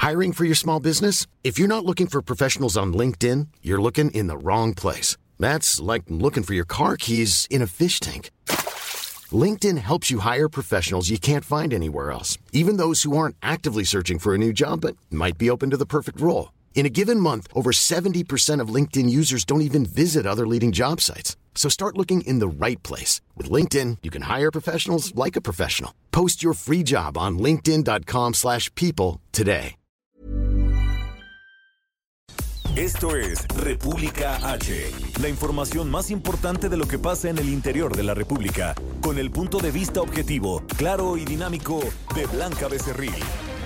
Hiring for your small business? If you're not looking for professionals on LinkedIn, you're looking in the wrong place. That's like looking for your car keys in a fish tank. LinkedIn helps you hire professionals you can't find anywhere else, even those who aren't actively searching for a new job but might be open to the perfect role. In a given month, over 70% of LinkedIn users don't even visit other leading job sites. So start looking in the right place. With LinkedIn, you can hire professionals like a professional. Post your free job on linkedin.com/people today. Esto es República H, la información más importante de lo que pasa en el interior de la República, con el punto de vista objetivo, claro y dinámico de Blanca Becerril.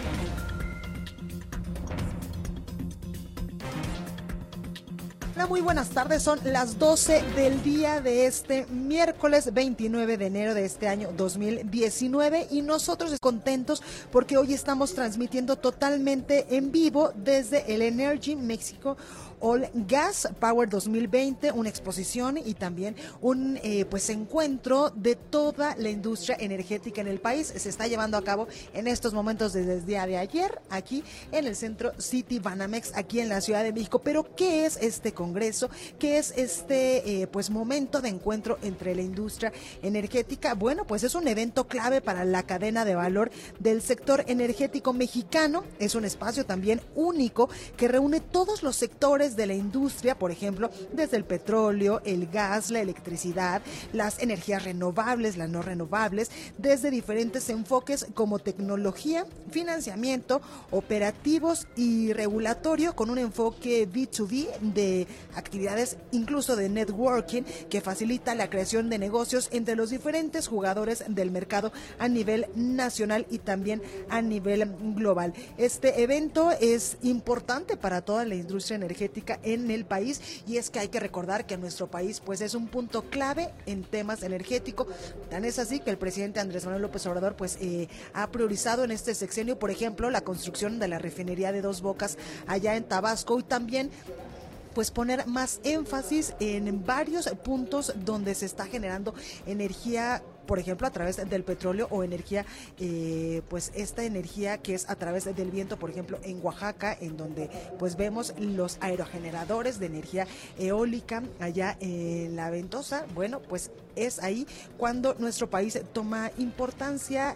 Muy buenas tardes, son las 12 del día de este miércoles 29 de enero de este año 2019 y nosotros contentos porque hoy estamos transmitiendo totalmente en vivo desde el Energy México All Gas Power 2020, una exposición y también un encuentro de toda la industria energética en el país. Se está llevando a cabo en estos momentos desde el día de ayer aquí en el centro City Banamex, aquí en la Ciudad de México. Pero ¿qué es este congreso? ¿Qué es este momento de encuentro entre la industria energética? Bueno, pues es un evento clave para la cadena de valor del sector energético mexicano. Es un espacio también único que reúne todos los sectores de la industria, por ejemplo, desde el petróleo, el gas, la electricidad, las energías renovables, las no renovables, desde diferentes enfoques como tecnología, financiamiento, operativos y regulatorio, con un enfoque B2B de actividades incluso de networking que facilita la creación de negocios entre los diferentes jugadores del mercado a nivel nacional y también a nivel global. Este evento es importante para toda la industria energética en el país y es que hay que recordar que nuestro país pues es un punto clave en temas energéticos. Tan es así que el presidente Andrés Manuel López Obrador ha priorizado en este sexenio, por ejemplo, la construcción de la refinería de Dos Bocas allá en Tabasco y también poner más énfasis en varios puntos donde se está generando energía, por ejemplo, a través del petróleo o energía, esta energía que es a través del viento, por ejemplo, en Oaxaca, en donde vemos los aerogeneradores de energía eólica allá en la Ventosa. Bueno, pues es ahí cuando nuestro país toma importancia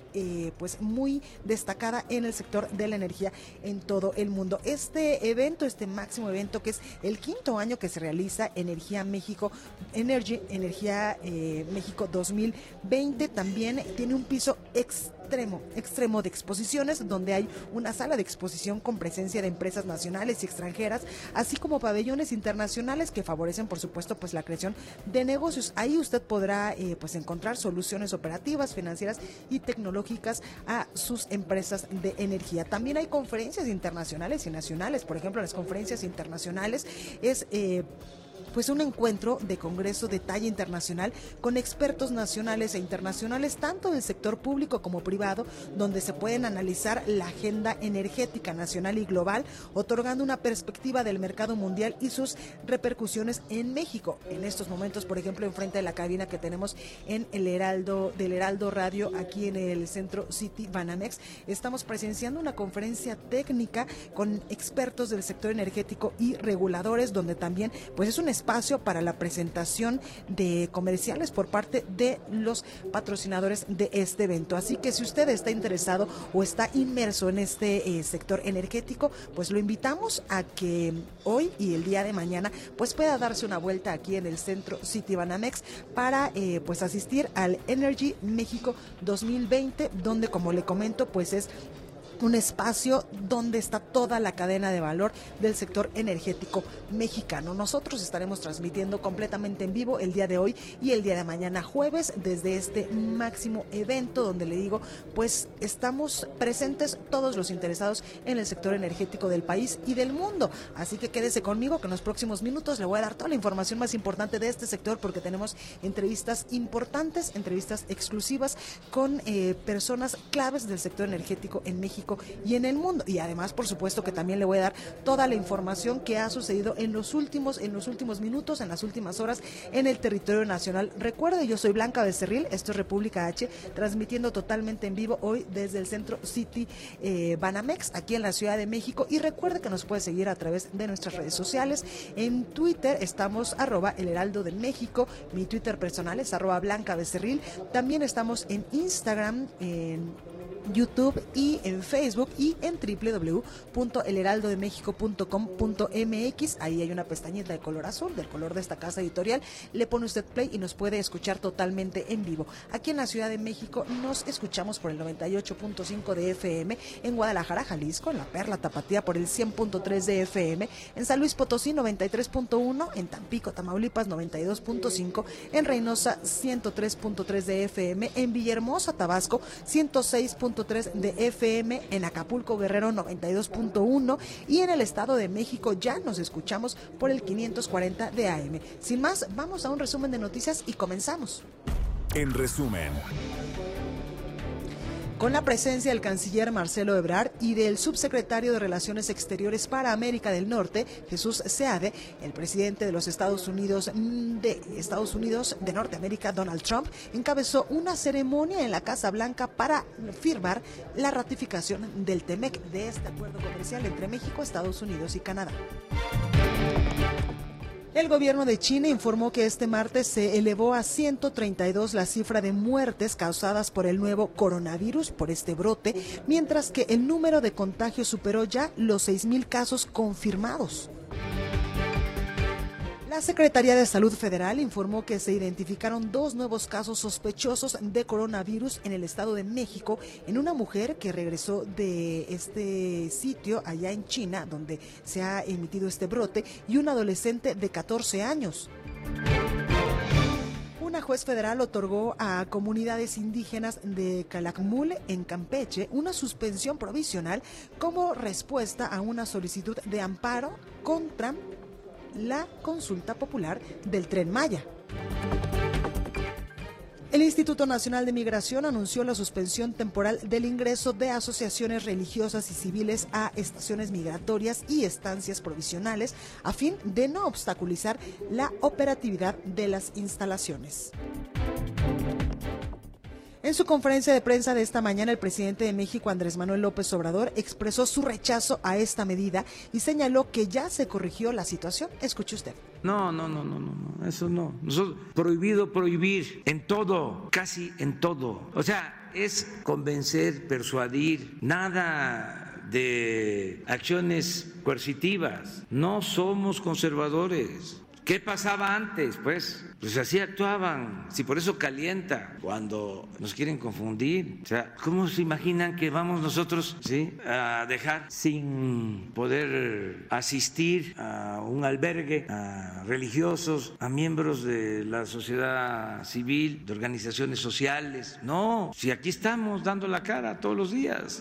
muy destacada en el sector de la energía en todo el mundo. Este evento, este máximo evento que es el quinto año que se realiza Energía México 2020, también tiene un piso extremo de exposiciones, donde hay una sala de exposición con presencia de empresas nacionales y extranjeras, así como pabellones internacionales que favorecen, por supuesto, la creación de negocios. Ahí usted podrá encontrar soluciones operativas, financieras y tecnológicas a sus empresas de energía. También hay conferencias internacionales y nacionales. Por ejemplo, las conferencias internacionales es un encuentro de congreso de talla internacional con expertos nacionales e internacionales, tanto del sector público como privado, donde se pueden analizar la agenda energética nacional y global, otorgando una perspectiva del mercado mundial y sus repercusiones en México. En estos momentos, por ejemplo, enfrente de la cabina que tenemos en el del Heraldo Radio, aquí en el centro City Banamex, estamos presenciando una conferencia técnica con expertos del sector energético y reguladores, donde también es un espacio para la presentación de comerciales por parte de los patrocinadores de este evento. Así que si usted está interesado o está inmerso en este sector energético, lo invitamos a que hoy y el día de mañana pueda darse una vuelta aquí en el centro City Banamex para asistir al Energy México 2020, donde, como le comento, es un espacio donde está toda la cadena de valor del sector energético mexicano. Nosotros estaremos transmitiendo completamente en vivo el día de hoy y el día de mañana jueves desde este máximo evento, donde le digo, estamos presentes todos los interesados en el sector energético del país y del mundo. Así que quédese conmigo, que en los próximos minutos le voy a dar toda la información más importante de este sector, porque tenemos entrevistas importantes, entrevistas exclusivas con personas claves del sector energético en México México y en el mundo. Y además, por supuesto, que también le voy a dar toda la información que ha sucedido en los últimos minutos, en las últimas horas en el territorio nacional. Recuerde, yo soy Blanca Becerril, esto es República H, transmitiendo totalmente en vivo hoy desde el Centro City Banamex, aquí en la Ciudad de México. Y recuerde que nos puede seguir a través de nuestras redes sociales. En Twitter estamos @El Heraldo de México, mi Twitter personal es @Blanca Becerril. También estamos en Instagram, en YouTube y en Facebook y en www.elheraldodemexico.com.mx. Ahí hay una pestañita de color azul, del color de esta casa editorial. Le pone usted play y nos puede escuchar totalmente en vivo. Aquí en la Ciudad de México nos escuchamos por el 98.5 de FM, en Guadalajara, Jalisco, en La Perla, Tapatía por el 100.3 de FM, en San Luis Potosí 93.1, en Tampico, Tamaulipas 92.5, en Reynosa 103.3 de FM, en Villahermosa, Tabasco 106.3 de FM, en Acapulco, Guerrero 92.1 y en el Estado de México ya nos escuchamos por el 540 de AM. Sin más, vamos a un resumen de noticias y comenzamos. En resumen, con la presencia del canciller Marcelo Ebrard y del subsecretario de Relaciones Exteriores para América del Norte, Jesús Seade, el presidente de los Estados Unidos de Norteamérica, Donald Trump, encabezó una ceremonia en la Casa Blanca para firmar la ratificación del TEMEC, de este acuerdo comercial entre México, Estados Unidos y Canadá. El gobierno de China informó que este martes se elevó a 132 la cifra de muertes causadas por el nuevo coronavirus, por este brote, mientras que el número de contagios superó ya los 6,000 casos confirmados. La Secretaría de Salud Federal informó que se identificaron 2 nuevos casos sospechosos de coronavirus en el Estado de México, en una mujer que regresó de este sitio allá en China, donde se ha emitido este brote, y un adolescente de 14 años. Una juez federal otorgó a comunidades indígenas de Calakmul, en Campeche, una suspensión provisional como respuesta a una solicitud de amparo contra la consulta popular del Tren Maya. El Instituto Nacional de Migración anunció la suspensión temporal del ingreso de asociaciones religiosas y civiles a estaciones migratorias y estancias provisionales a fin de no obstaculizar la operatividad de las instalaciones. En su conferencia de prensa de esta mañana, el presidente de México, Andrés Manuel López Obrador, expresó su rechazo a esta medida y señaló que ya se corrigió la situación. Escuche usted. No, eso no. Nosotros, prohibir en todo, casi en todo. O sea, es convencer, persuadir, nada de acciones coercitivas. No somos conservadores. ¿Qué pasaba antes? Pues así actuaban. Si por eso calienta cuando nos quieren confundir. O sea, ¿cómo se imaginan que vamos nosotros a dejar sin poder asistir a un albergue, a religiosos, a miembros de la sociedad civil, de organizaciones sociales? No, si aquí estamos dando la cara todos los días.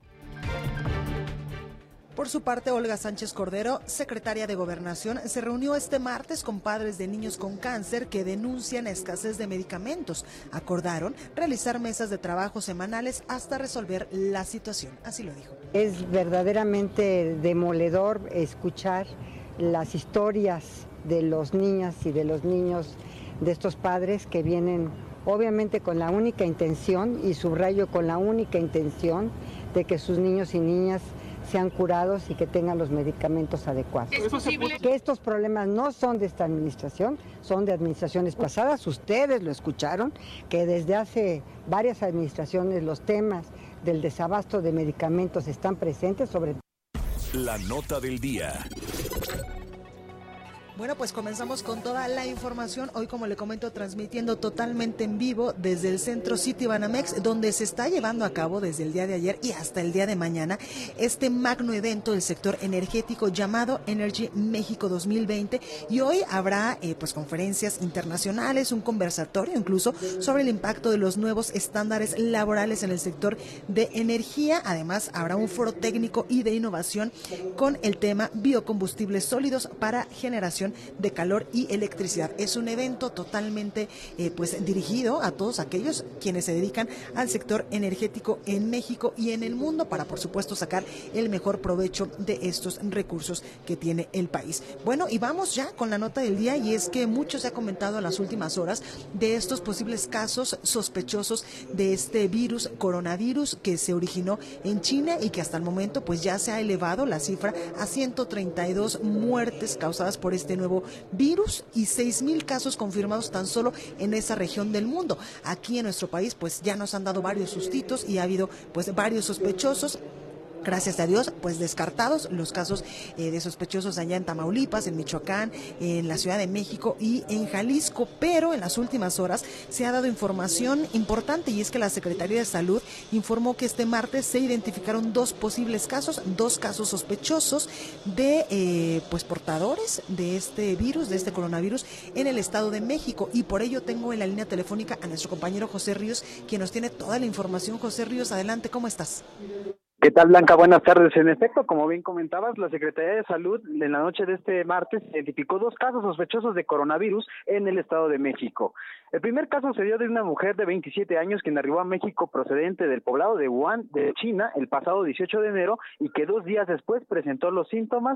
Por su parte, Olga Sánchez Cordero, secretaria de Gobernación, se reunió este martes con padres de niños con cáncer que denuncian escasez de medicamentos. Acordaron realizar mesas de trabajo semanales hasta resolver la situación. Así lo dijo. Es verdaderamente demoledor escuchar las historias de los niñas y de los niños de estos padres que vienen obviamente con la única intención, y subrayo con la única intención, de que sus niños y niñas sean curados y que tengan los medicamentos adecuados. ¿Es posible? Que estos problemas no son de esta administración, son de administraciones pasadas. Ustedes lo escucharon, que desde hace varias administraciones los temas del desabasto de medicamentos están presentes, sobre la nota del día. Bueno, pues comenzamos con toda la información. Hoy, como le comento, transmitiendo totalmente en vivo desde el Centro City Banamex, donde se está llevando a cabo desde el día de ayer y hasta el día de mañana este magno evento del sector energético llamado Energy México 2020. Y hoy habrá pues conferencias internacionales, un conversatorio incluso sobre el impacto de los nuevos estándares laborales en el sector de energía. Además, habrá un foro técnico y de innovación con el tema biocombustibles sólidos para generación generación de calor y electricidad. Es un evento totalmente pues dirigido a todos aquellos quienes se dedican al sector energético en México y en el mundo para, por supuesto, sacar el mejor provecho de estos recursos que tiene el país. Bueno, y vamos ya con la nota del día, y es que mucho se ha comentado en las últimas horas de estos posibles casos sospechosos de este virus, coronavirus, que se originó en China y que hasta el momento pues ya se ha elevado la cifra a 132 muertes causadas por este nuevo virus y 6,000 casos confirmados tan solo en esa región del mundo. Aquí en nuestro país pues ya nos han dado varios sustitos y ha habido pues varios sospechosos. Gracias a Dios, pues descartados los casos de sospechosos allá en Tamaulipas, en Michoacán, en la Ciudad de México y en Jalisco, pero en las últimas horas se ha dado información importante, y es que la Secretaría de Salud informó que este martes se identificaron dos posibles casos, dos casos sospechosos de pues portadores de este virus, de este coronavirus en el Estado de México, y por ello tengo en la línea telefónica a nuestro compañero José Ríos, quien nos tiene toda la información. José Ríos, adelante, ¿cómo estás? ¿Qué tal, Blanca? Buenas tardes. En efecto, como bien comentabas, la Secretaría de Salud en la noche de este martes identificó dos casos sospechosos de coronavirus en el Estado de México. El primer caso se dio de una mujer de 27 años quien arribó a México procedente del poblado de Wuhan, de China, el pasado 18 de enero y que 2 días después presentó los síntomas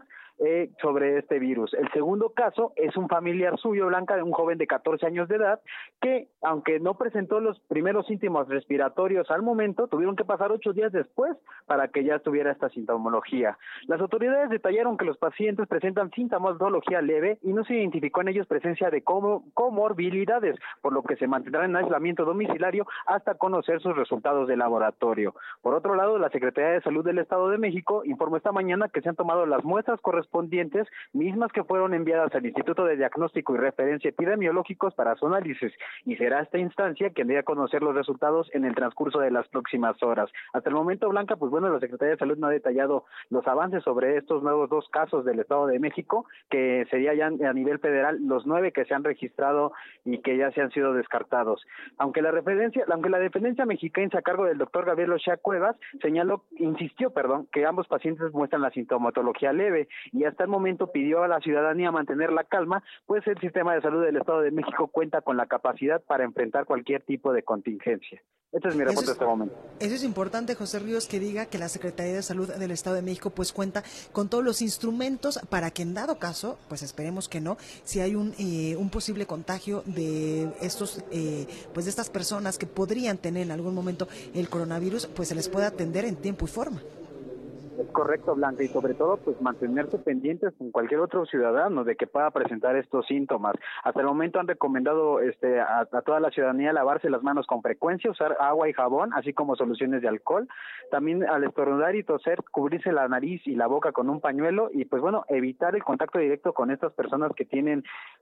sobre este virus. El segundo caso es un familiar suyo, Blanca, de un joven de 14 años de edad que, aunque no presentó los primeros síntomas respiratorios al momento, tuvieron que pasar 8 días después para que ya tuviera esta sintomología. Las autoridades detallaron que los pacientes presentan sintomatología leve y no se identificó en ellos presencia de comorbilidades, por lo que se mantendrán en aislamiento domiciliario hasta conocer sus resultados de laboratorio. Por otro lado, la Secretaría de Salud del Estado de México informó esta mañana que se han tomado las muestras correspondientes, mismas que fueron enviadas al Instituto de Diagnóstico y Referencia Epidemiológicos para su análisis, y será esta instancia quien dé a conocer los resultados en el transcurso de las próximas horas. Hasta el momento, Blanca, pues bueno, la Secretaría de Salud no ha detallado los avances sobre estos nuevos dos casos del Estado de México, que sería ya a nivel federal los 9 que se han registrado y que ya se han sido descartados. Aunque la dependencia mexiquense a cargo del doctor Gabriel Ochea Cuevas insistió, que ambos pacientes muestran la sintomatología leve, y hasta el momento pidió a la ciudadanía mantener la calma, pues el sistema de salud del Estado de México cuenta con la capacidad para enfrentar cualquier tipo de contingencia. Este es mi reporte de este momento. Eso es importante, José Ríos, que diga que la Secretaría de Salud del Estado de México pues cuenta con todos los instrumentos para que en dado caso, pues esperemos que no, si hay un posible contagio de estos pues de estas personas que podrían tener en algún momento el coronavirus, pues se les pueda atender en tiempo y forma. Es correcto, Blanca, y sobre todo pues mantenerse pendientes con cualquier otro ciudadano de que pueda presentar estos síntomas. Hasta el momento han recomendado a toda la ciudadanía lavarse las manos con frecuencia, usar agua y jabón, así como soluciones de alcohol. También al estornudar y toser, cubrirse la nariz y la boca con un pañuelo y pues bueno, evitar el contacto directo con estas personas que tienen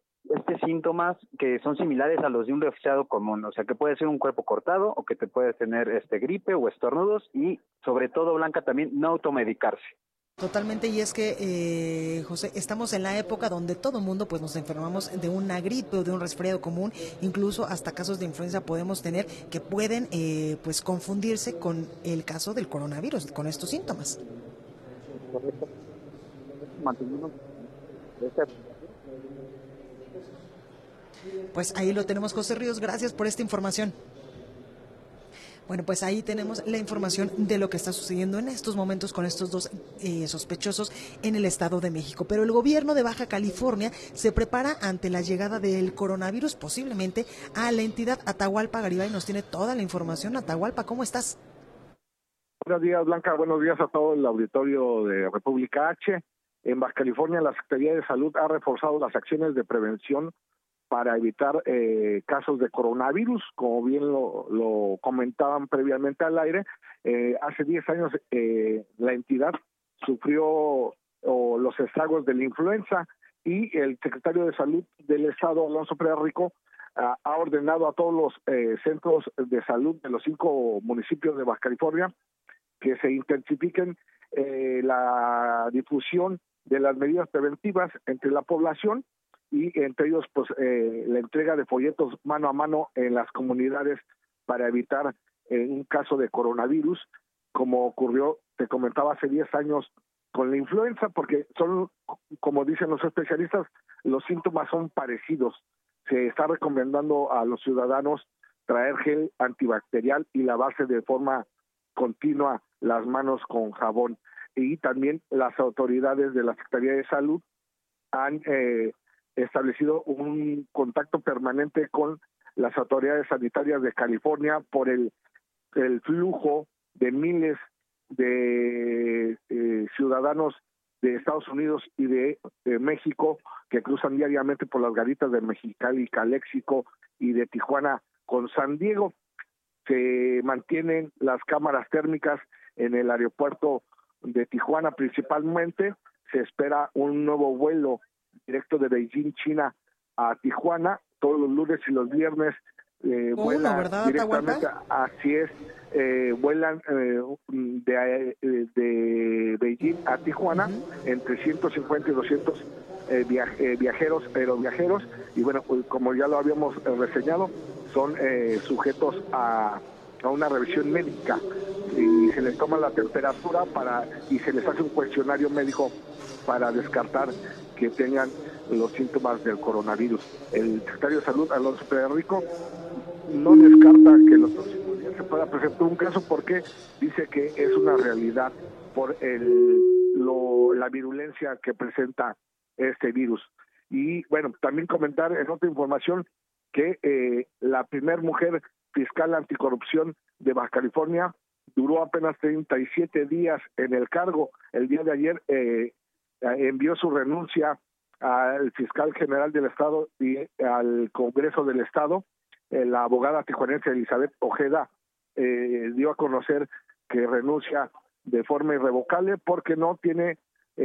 síntomas que son similares a los de un resfriado común, o sea que puede ser un cuerpo cortado o que te puedes tener gripe o estornudos, y sobre todo, Blanca, también no automedicarse. Totalmente, y es que, José, estamos en la época donde todo mundo pues nos enfermamos de una gripe o de un resfriado común, incluso hasta casos de influenza podemos tener que pueden pues confundirse con el caso del coronavirus, con estos síntomas. Correcto. Pues ahí lo tenemos, José Ríos, gracias por esta información. Bueno, pues ahí tenemos la información de lo que está sucediendo en estos momentos con estos dos sospechosos en el Estado de México. Pero el gobierno de Baja California se prepara ante la llegada del coronavirus posiblemente a la entidad. Atahualpa Garibay nos tiene toda la información. Atahualpa, ¿cómo estás? Buenos días, Blanca. Buenos días a todo el auditorio de República H. En Baja California, la Secretaría de Salud ha reforzado las acciones de prevención para evitar casos de coronavirus, como bien lo comentaban previamente al aire. Hace 10 años la entidad sufrió los estragos de la influenza, y el secretario de Salud del Estado, Alonso Pérez Rico, ha ordenado a todos los centros de salud de los 5 municipios de Baja California que se intensifiquen la difusión de las medidas preventivas entre la población, y entre ellos pues la entrega de folletos mano a mano en las comunidades para evitar un caso de coronavirus, como ocurrió, te comentaba, hace 10 años con la influenza, porque son, como dicen los especialistas, los síntomas son parecidos. Se está recomendando a los ciudadanos traer gel antibacterial y lavarse de forma continua las manos con jabón. Y también las autoridades de la Secretaría de Salud han establecido un contacto permanente con las autoridades sanitarias de California por el flujo de miles de ciudadanos de Estados Unidos y de México que cruzan diariamente por las garitas de Mexicali, Caléxico y de Tijuana con San Diego. Se mantienen las cámaras térmicas en el aeropuerto de Tijuana principalmente. Se espera un nuevo vuelo directo de Beijing, China, a Tijuana todos los lunes y los viernes. Vuelan ¿verdad, directamente, así es, vuelan de Beijing a Tijuana entre 150 y 200 viajeros, y bueno, como ya lo habíamos reseñado, son sujetos a una revisión médica y se les toma la temperatura y se les hace un cuestionario médico para descartar que tengan los síntomas del coronavirus. El secretario de Salud, Alonso Pérez Rico, no descarta que los próximos días se pueda presentar un caso porque dice que es una realidad por la virulencia que presenta este virus. Y bueno, también comentar en otra información que la primer mujer fiscal anticorrupción de Baja California duró apenas 37 días en el cargo. El día de ayer envió su renuncia al fiscal general del Estado y al Congreso del Estado. La abogada tijuanense Elizabeth Ojeda dio a conocer que renuncia de forma irrevocable porque no tiene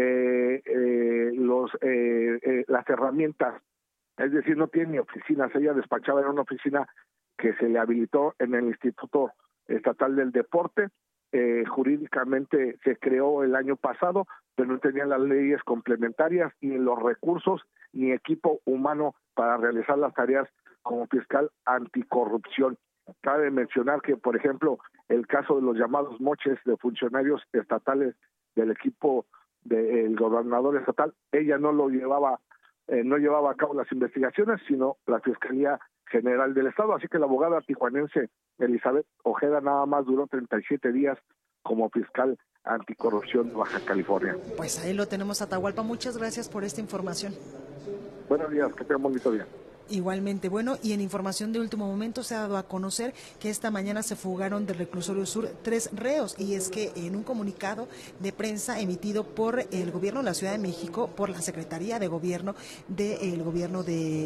las herramientas, es decir, no tiene ni oficinas. Ella despachaba en una oficina que se le habilitó en el Instituto Estatal del Deporte. Jurídicamente se creó el año pasado, pero no tenía las leyes complementarias, ni los recursos, ni equipo humano para realizar las tareas como fiscal anticorrupción. Cabe mencionar que, por ejemplo, el caso de los llamados moches de funcionarios estatales del equipo del gobernador estatal, ella no llevaba a cabo las investigaciones, sino la Fiscalía General del Estado. Así que la abogada tijuanense Elizabeth Ojeda nada más duró 37 días como fiscal anticorrupción de Baja California. Pues ahí lo tenemos, Atahualpa. Muchas gracias por esta información. Buenos días, que tengan un bonito día. Igualmente, bueno, y en información de último momento se ha dado a conocer que esta mañana se fugaron del reclusorio sur 3 reos, y es que en un comunicado de prensa emitido por el gobierno de la Ciudad de México, por la Secretaría de Gobierno del gobierno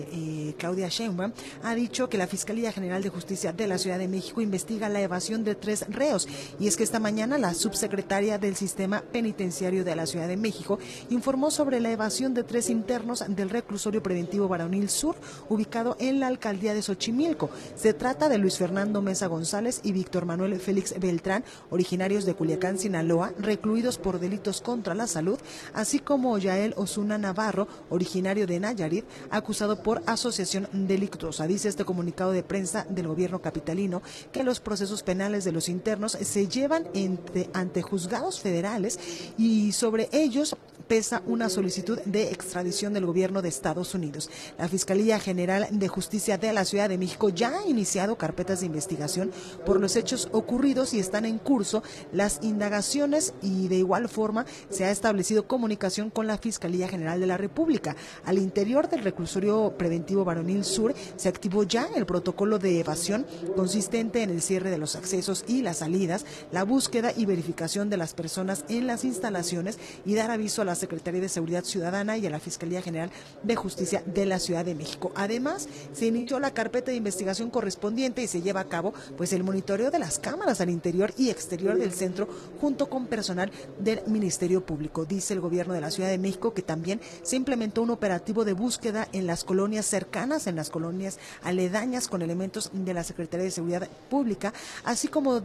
de Claudia Sheinbaum, ha dicho que la Fiscalía General de Justicia de la Ciudad de México investiga la evasión de 3 reos, y es que esta mañana la subsecretaria del Sistema Penitenciario de la Ciudad de México informó sobre la evasión de 3 internos del reclusorio preventivo Varonil Sur, ubicado en la alcaldía de Xochimilco. Se trata de Luis Fernando Mesa González y Víctor Manuel Félix Beltrán, originarios de Culiacán, Sinaloa, recluidos por delitos contra la salud, así como Yael Osuna Navarro, originario de Nayarit, acusado por asociación delictuosa. Dice este comunicado de prensa del gobierno capitalino que los procesos penales de los internos se llevan ante juzgados federales y sobre ellos pesa una solicitud de extradición del gobierno de Estados Unidos. La Fiscalía General de Justicia de la Ciudad de México ya ha iniciado carpetas de investigación por los hechos ocurridos y están en curso las indagaciones, y de igual forma se ha establecido comunicación con la Fiscalía General de la República. Al interior del reclusorio preventivo Varonil Sur se activó ya el protocolo de evasión consistente en el cierre de los accesos y las salidas, la búsqueda y verificación de las personas en las instalaciones y dar aviso a la Secretaría de Seguridad Ciudadana y a la Fiscalía General de Justicia de la Ciudad de México. Además, se inició la carpeta de investigación correspondiente y se lleva a cabo el monitoreo de las cámaras al interior y exterior del centro junto con personal del Ministerio Público. Dice el gobierno de la Ciudad de México que también se implementó un operativo de búsqueda en las colonias cercanas, en las colonias aledañas, con elementos de la Secretaría de Seguridad Pública, así como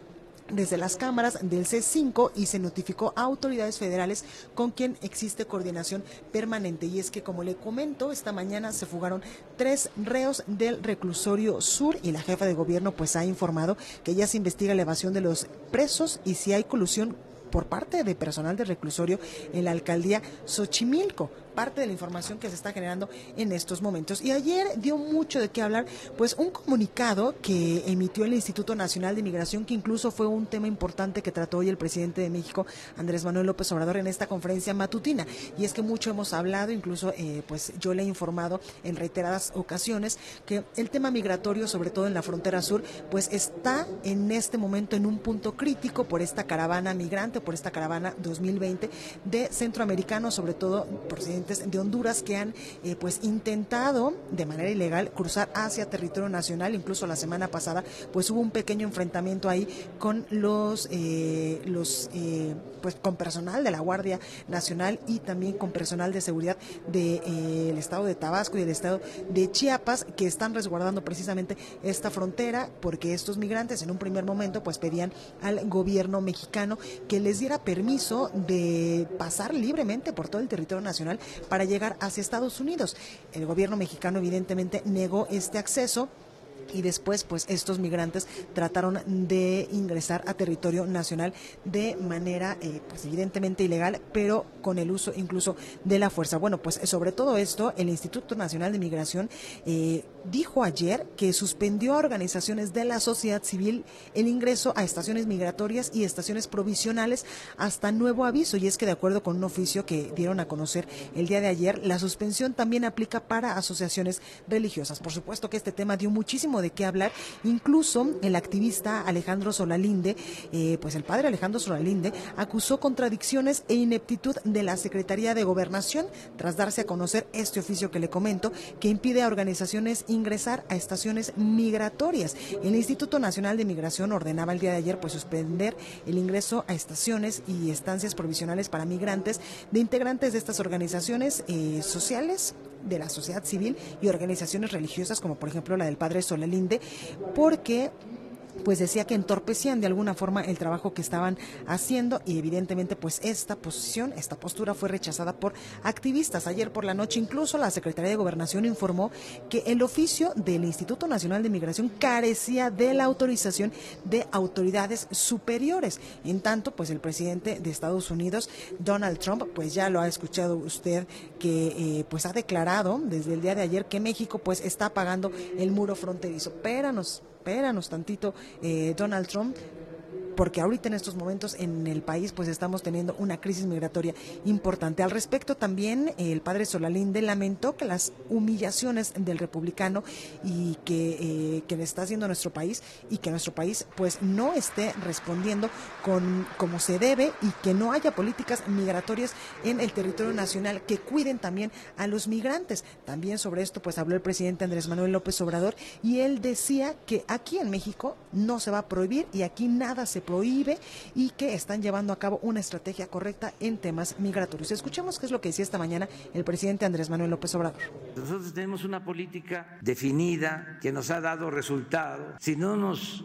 desde las cámaras del C5, y se notificó a autoridades federales con quien existe coordinación permanente. Y es que, como le comento, esta mañana se fugaron 3 reos del reclusorio sur y la jefa de gobierno ha informado que ya se investiga la evasión de los presos y si hay colusión por parte de personal del reclusorio en la alcaldía Xochimilco. Parte de la información que se está generando en estos momentos. Y ayer dio mucho de qué hablar, pues un comunicado que emitió el Instituto Nacional de Migración, que incluso fue un tema importante que trató hoy el presidente de México, Andrés Manuel López Obrador, en esta conferencia matutina. Y es que mucho hemos hablado, incluso pues yo le he informado en reiteradas ocasiones que el tema migratorio, sobre todo en la frontera sur, pues está en este momento en un punto crítico por esta caravana migrante, por esta caravana 2020 de centroamericanos, sobre todo procedentes de Honduras, que han pues intentado de manera ilegal cruzar hacia territorio nacional. Incluso la semana pasada pues hubo un pequeño enfrentamiento ahí con pues con personal de la Guardia Nacional y también con personal de seguridad del estado de Tabasco y del estado de Chiapas, que están resguardando precisamente esta frontera, porque estos migrantes en un primer momento pues pedían al gobierno mexicano que les diera permiso de pasar libremente por todo el territorio nacional para llegar hacia Estados Unidos. El gobierno mexicano evidentemente negó este acceso. Y después, pues, estos migrantes trataron de ingresar a territorio nacional de manera, pues, evidentemente ilegal, pero con el uso incluso de la fuerza. Bueno, pues, sobre todo esto, el Instituto Nacional de Migración dijo ayer que suspendió a organizaciones de la sociedad civil el ingreso a estaciones migratorias y estaciones provisionales hasta nuevo aviso. Y es que, de acuerdo con un oficio que dieron a conocer el día de ayer, la suspensión también aplica para asociaciones religiosas. Por supuesto que este tema dio muchísimo de qué hablar. Incluso el activista Alejandro Solalinde, pues el padre Alejandro Solalinde, acusó contradicciones e ineptitud de la Secretaría de Gobernación tras darse a conocer este oficio que le comento, que impide a organizaciones ingresar a estaciones migratorias. El Instituto Nacional de Migración ordenaba el día de ayer pues suspender el ingreso a estaciones y estancias provisionales para migrantes de integrantes de estas organizaciones sociales, de la sociedad civil y organizaciones religiosas, como por ejemplo la del padre Solalinde, porque pues decía que entorpecían de alguna forma el trabajo que estaban haciendo, y evidentemente pues esta postura fue rechazada por activistas. Ayer por la noche incluso la Secretaría de Gobernación informó que el oficio del Instituto Nacional de Migración carecía de la autorización de autoridades superiores. En tanto, pues el presidente de Estados Unidos, Donald Trump, pues ya lo ha escuchado usted, que pues ha declarado desde el día de ayer que México pues está pagando el muro fronterizo. Espéranos tantito, Donald Trump, porque ahorita en estos momentos en el país pues estamos teniendo una crisis migratoria importante. Al respecto también el padre Solalinde lamentó que las humillaciones del republicano y que le está haciendo a nuestro país, y que nuestro país pues no esté respondiendo como se debe, y que no haya políticas migratorias en el territorio nacional que cuiden también a los migrantes. También sobre esto pues habló el presidente Andrés Manuel López Obrador, y él decía que aquí en México no se va a prohibir y aquí nada se prohíbe, y que están llevando a cabo una estrategia correcta en temas migratorios. Escuchemos qué es lo que decía esta mañana el presidente Andrés Manuel López Obrador. Nosotros tenemos una política definida que nos ha dado resultado. Si no nos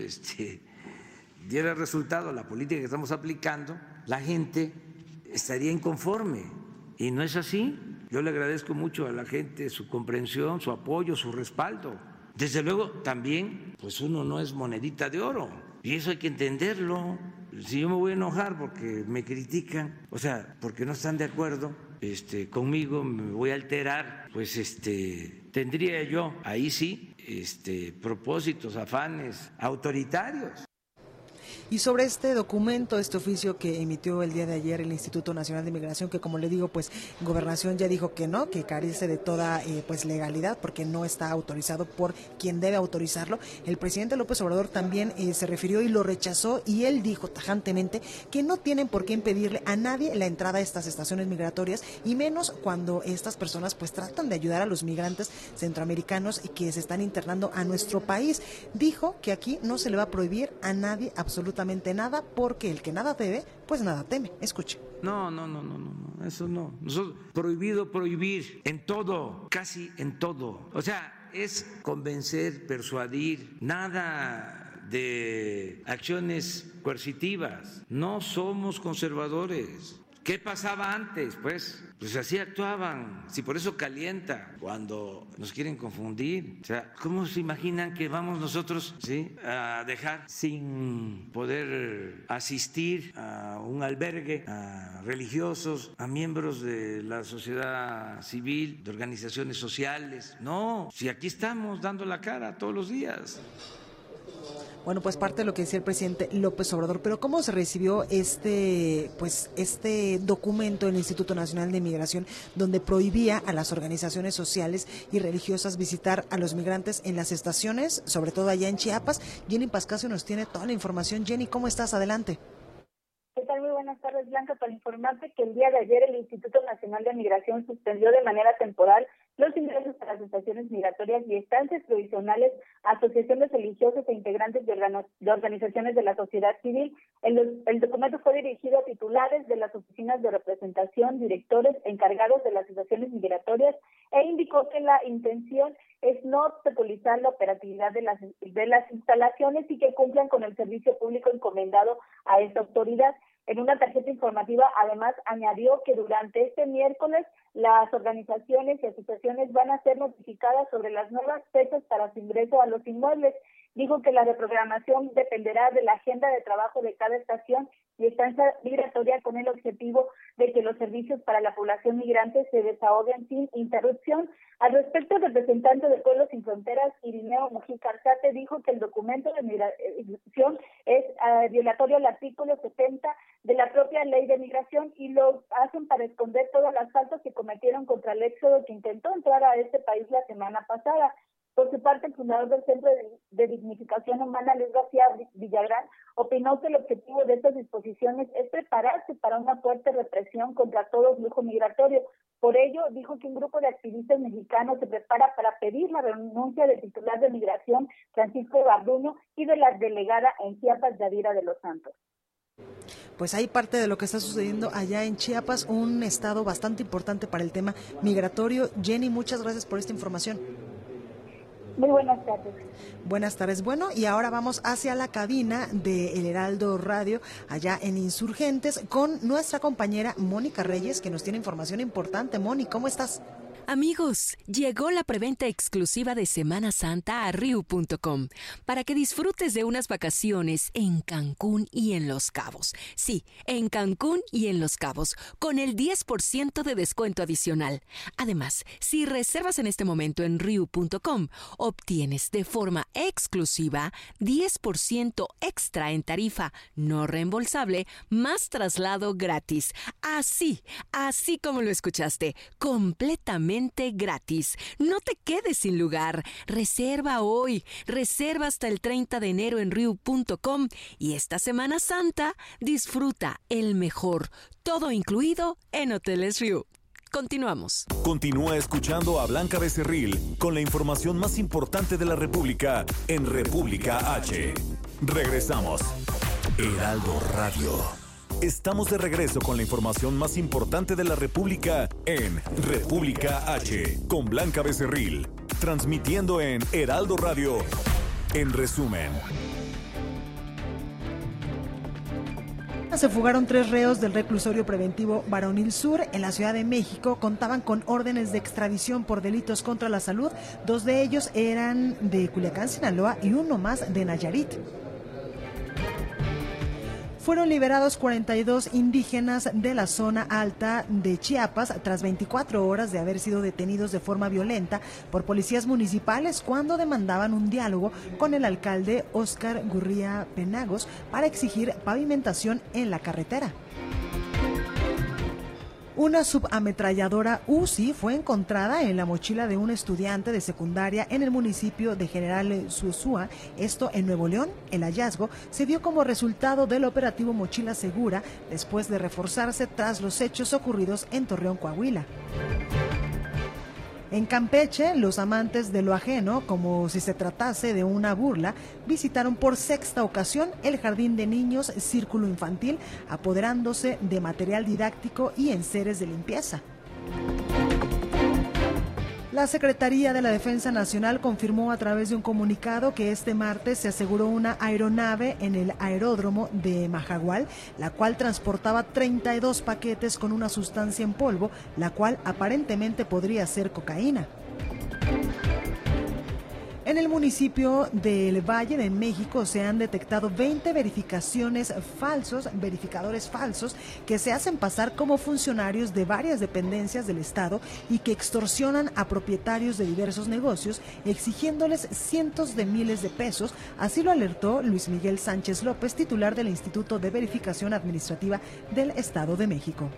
diera resultado la política que estamos aplicando, la gente estaría inconforme, y no es así. Yo le agradezco mucho a la gente su comprensión, su apoyo, su respaldo. Desde luego también, pues uno no es monedita de oro, y eso hay que entenderlo. Si yo me voy a enojar porque me critican, o sea, porque no están de acuerdo conmigo, me voy a alterar, pues tendría yo ahí sí propósitos, afanes autoritarios. Y sobre este documento, este oficio que emitió el día de ayer el Instituto Nacional de Migración, que como le digo, pues Gobernación ya dijo que no, que carece de toda pues legalidad, porque no está autorizado por quien debe autorizarlo. El presidente López Obrador también se refirió y lo rechazó, y él dijo tajantemente que no tienen por qué impedirle a nadie la entrada a estas estaciones migratorias, y menos cuando estas personas pues tratan de ayudar a los migrantes centroamericanos y que se están internando a nuestro país. Dijo que aquí no se le va a prohibir a nadie absolutamente nada, porque el que nada debe, pues nada teme. Escuche. No, eso no. Nosotros, prohibido prohibir en todo, casi en todo. O sea, es convencer, persuadir, nada de acciones coercitivas. No somos conservadores. ¿Qué pasaba antes? Pues así actuaban. Si por eso calienta cuando nos quieren confundir. O sea, ¿cómo se imaginan que vamos nosotros, ¿sí?, a dejar sin poder asistir a un albergue a religiosos, a miembros de la sociedad civil, de organizaciones sociales? No, si aquí estamos dando la cara todos los días. Bueno, pues parte de lo que decía el presidente López Obrador, pero ¿cómo se recibió este documento del Instituto Nacional de Migración donde prohibía a las organizaciones sociales y religiosas visitar a los migrantes en las estaciones, sobre todo allá en Chiapas? Jenny Pascasio nos tiene toda la información. Jenny, ¿cómo estás? Adelante. ¿Qué tal? Muy buenas tardes, Blanca. Para informarte que el día de ayer el Instituto Nacional de Migración suspendió de manera temporal los ingresos a las estaciones migratorias y estancias provisionales a asociaciones religiosas e integrantes de organizaciones de la sociedad civil. El documento fue dirigido a titulares de las oficinas de representación, directores, encargados de las asociaciones migratorias, e indicó que la intención es no obstaculizar la operatividad de las instalaciones y que cumplan con el servicio público encomendado a esta autoridad. En una tarjeta informativa, además, añadió que durante este miércoles las organizaciones y asociaciones van a ser notificadas sobre las nuevas fechas para su ingreso a los inmuebles. Dijo que la reprogramación dependerá de la agenda de trabajo de cada estación y estancia migratoria, con el objetivo de que los servicios para la población migrante se desahoguen sin interrupción. Al respecto, el representante de Pueblos Sin Fronteras, Irineo Mujica Arzate, dijo que el documento de migración es violatorio al artículo 70 de la propia ley de migración y lo hacen para esconder todas las faltas que cometieron contra el éxodo que intentó entrar a este país la semana pasada. Por su parte, el fundador del Centro de Dignificación Humana, Luis García Villagrán, opinó que el objetivo de estas disposiciones es prepararse para una fuerte represión contra todo flujo migratorio. Por ello, dijo que un grupo de activistas mexicanos se prepara para pedir la renuncia del titular de Migración, Francisco Garduño, y de la delegada en Chiapas, Yadira de los Santos. Pues hay parte de lo que está sucediendo allá en Chiapas, un estado bastante importante para el tema migratorio. Jenny, muchas gracias por esta información. Muy buenas tardes. Buenas tardes. Bueno, y ahora vamos hacia la cabina de El Heraldo Radio, allá en Insurgentes, con nuestra compañera Mónica Reyes, que nos tiene información importante. Moni, ¿cómo estás? Amigos, llegó la preventa exclusiva de Semana Santa a Riu.com para que disfrutes de unas vacaciones en Cancún y en Los Cabos. Sí, en Cancún y en Los Cabos, con el 10% de descuento adicional. Además, si reservas en este momento en Riu.com, obtienes de forma exclusiva 10% extra en tarifa no reembolsable, más traslado gratis. Así como lo escuchaste, completamente gratis. No te quedes sin lugar. Reserva hoy. Reserva hasta el 30 de enero en Riu.com y esta Semana Santa disfruta el mejor, todo incluido en Hoteles Riu. Continuamos. Continúa escuchando a Blanca Becerril con la información más importante de la República en República H. Regresamos. Heraldo Radio. Estamos de regreso con la información más importante de la República en República H, con Blanca Becerril, transmitiendo en Heraldo Radio. En resumen, se fugaron 3 reos del reclusorio preventivo Varonil Sur en la Ciudad de México. Contaban con órdenes de extradición por delitos contra la salud. 2 de ellos eran de Culiacán, Sinaloa, y uno más de Nayarit. Fueron liberados 42 indígenas de la zona alta de Chiapas tras 24 horas de haber sido detenidos de forma violenta por policías municipales cuando demandaban un diálogo con el alcalde Óscar Gurría Penagos para exigir pavimentación en la carretera. Una subametralladora Uzi fue encontrada en la mochila de un estudiante de secundaria en el municipio de General Susúa, esto en Nuevo León. El hallazgo se dio como resultado del operativo Mochila Segura después de reforzarse tras los hechos ocurridos en Torreón, Coahuila. En Campeche, los amantes de lo ajeno, como si se tratase de una burla, visitaron por 6ª ocasión el Jardín de Niños Círculo Infantil, apoderándose de material didáctico y enseres de limpieza. La Secretaría de la Defensa Nacional confirmó a través de un comunicado que este martes se aseguró una aeronave en el aeródromo de Majagual, la cual transportaba 32 paquetes con una sustancia en polvo, la cual aparentemente podría ser cocaína. En el municipio del Valle de México se han detectado 20 verificadores falsos que se hacen pasar como funcionarios de varias dependencias del Estado y que extorsionan a propietarios de diversos negocios exigiéndoles cientos de miles de pesos. Así lo alertó Luis Miguel Sánchez López, titular del Instituto de Verificación Administrativa del Estado de México.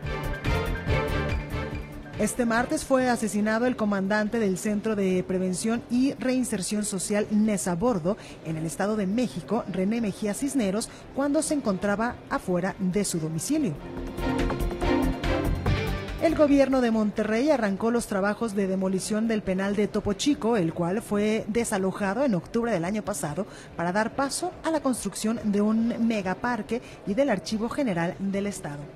Este martes fue asesinado el comandante del Centro de Prevención y Reinserción Social Nezabordo en el Estado de México, René Mejía Cisneros, cuando se encontraba afuera de su domicilio. El gobierno de Monterrey arrancó los trabajos de demolición del penal de Topo Chico, el cual fue desalojado en octubre del año pasado para dar paso a la construcción de un megaparque y del Archivo General del Estado.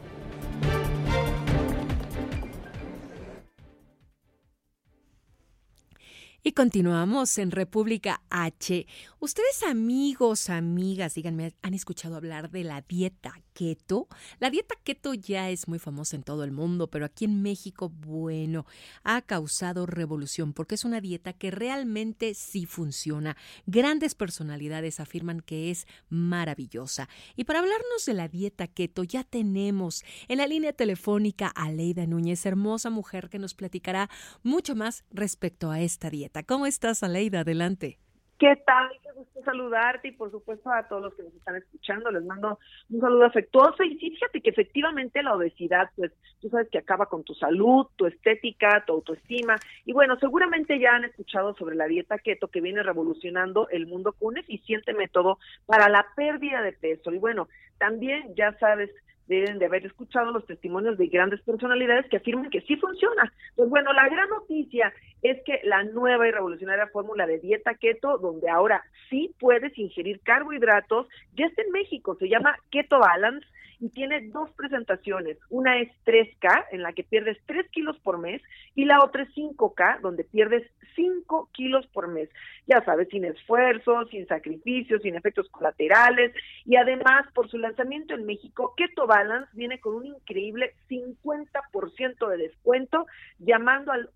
Y continuamos en República H. Ustedes, amigos, amigas, díganme, ¿han escuchado hablar de la dieta keto? La dieta keto ya es muy famosa en todo el mundo, pero aquí en México, bueno, ha causado revolución porque es una dieta que realmente sí funciona. Grandes personalidades afirman que es maravillosa. Y para hablarnos de la dieta keto ya tenemos en la línea telefónica a Aleida Núñez, hermosa mujer que nos platicará mucho más respecto a esta dieta. ¿Cómo estás, Aleida? Adelante. ¿Qué tal? Qué gusto saludarte y por supuesto a todos los que nos están escuchando les mando un saludo afectuoso. Y sí, fíjate que efectivamente la obesidad, pues tú sabes que acaba con tu salud, tu estética, tu autoestima. Y bueno, seguramente ya han escuchado sobre la dieta keto que viene revolucionando el mundo con un eficiente método para la pérdida de peso. Y bueno, también ya sabes, deben de haber escuchado los testimonios de grandes personalidades que afirman que sí funciona. Pues bueno, la gran noticia es que la nueva y revolucionaria fórmula de dieta keto, donde ahora sí puedes ingerir carbohidratos, ya está en México, se llama Keto Balance y tiene dos presentaciones. Una es 3K, en la que pierdes 3 kilos por mes, y la otra es 5K, donde pierdes 5 kilos por mes. Ya sabes, sin esfuerzo, sin sacrificios, sin efectos colaterales, y además, por su lanzamiento en México, Keto Balance viene con un increíble 50% de descuento, llamando al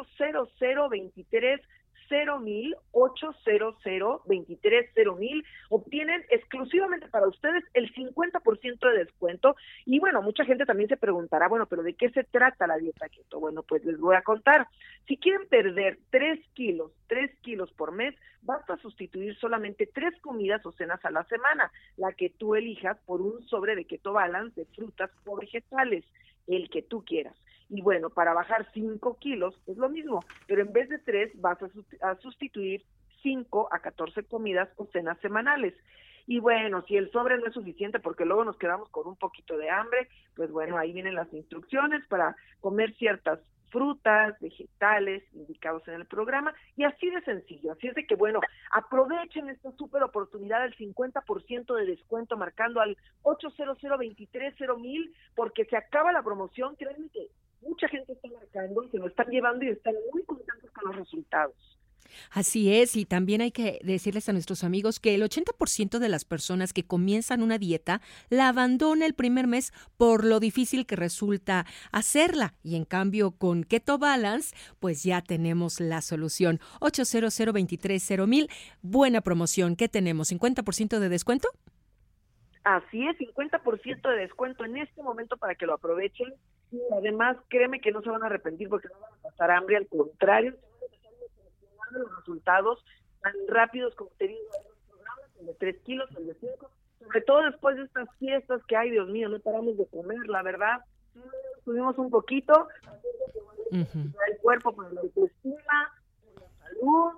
800-23 0,000, 800-23-0,000, obtienen exclusivamente para ustedes el 50% de descuento. Y bueno, mucha gente también se preguntará, bueno, pero ¿de qué se trata la dieta keto? Bueno, pues les voy a contar. Si quieren perder 3 kilos por mes, basta sustituir solamente 3 comidas o cenas a la semana, la que tú elijas, por un sobre de Keto Balance de frutas o vegetales, el que tú quieras. Y bueno, para bajar 5 kilos es lo mismo, pero en vez de 3 vas a sustituir 5 a 14 comidas o cenas semanales. Y bueno, si el sobre no es suficiente porque luego nos quedamos con un poquito de hambre, pues bueno, ahí vienen las instrucciones para comer ciertas frutas, vegetales indicados en el programa, y así de sencillo. Así es de que bueno, aprovechen esta súper oportunidad del 50% de descuento marcando al 800-23-0,000 porque se acaba la promoción. Créanme que mucha gente está marcando y se lo están llevando y están muy contentos con los resultados. Así es, y también hay que decirles a nuestros amigos que el 80% de las personas que comienzan una dieta la abandona el primer mes por lo difícil que resulta hacerla. Y en cambio con Keto Balance, pues ya tenemos la solución. 800-23-0,000, buena promoción. ¿Qué tenemos? ¿50% de descuento? Así es, 50% de descuento en este momento para que lo aprovechen. Y además, créeme que no se van a arrepentir porque no van a pasar hambre, al contrario, se van a empezar a impresionar de los resultados tan rápidos como te digo, en los programas, el de 3 kilos, el de 5, sobre todo después de estas fiestas que hay, Dios mío, no paramos de comer, la verdad, subimos un poquito, el cuerpo por la autoestima, por la salud.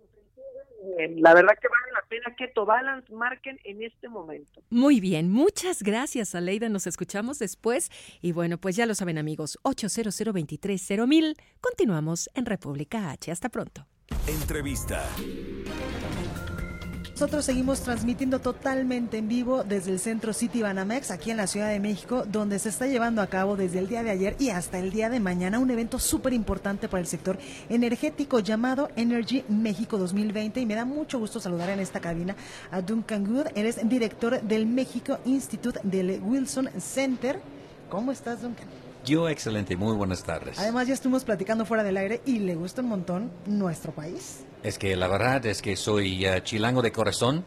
La verdad que vale la pena Keto Balance, marquen en este momento. Muy bien, muchas gracias, Aleida, nos escuchamos después y bueno, pues ya lo saben amigos, 800-23-0,000, continuamos en República H, hasta pronto. Entrevista. Nosotros seguimos transmitiendo totalmente en vivo desde el Centro City Banamex, aquí en la Ciudad de México, donde se está llevando a cabo desde el día de ayer y hasta el día de mañana un evento súper importante para el sector energético llamado Energy México 2020. Y me da mucho gusto saludar en esta cabina a Duncan Good. Eres director del México Institute del Wilson Center. ¿Cómo estás, Duncan? Yo excelente, muy buenas tardes. Además ya estuvimos platicando fuera del aire y le gusta un montón nuestro país. Es que la verdad es que soy chilango de corazón,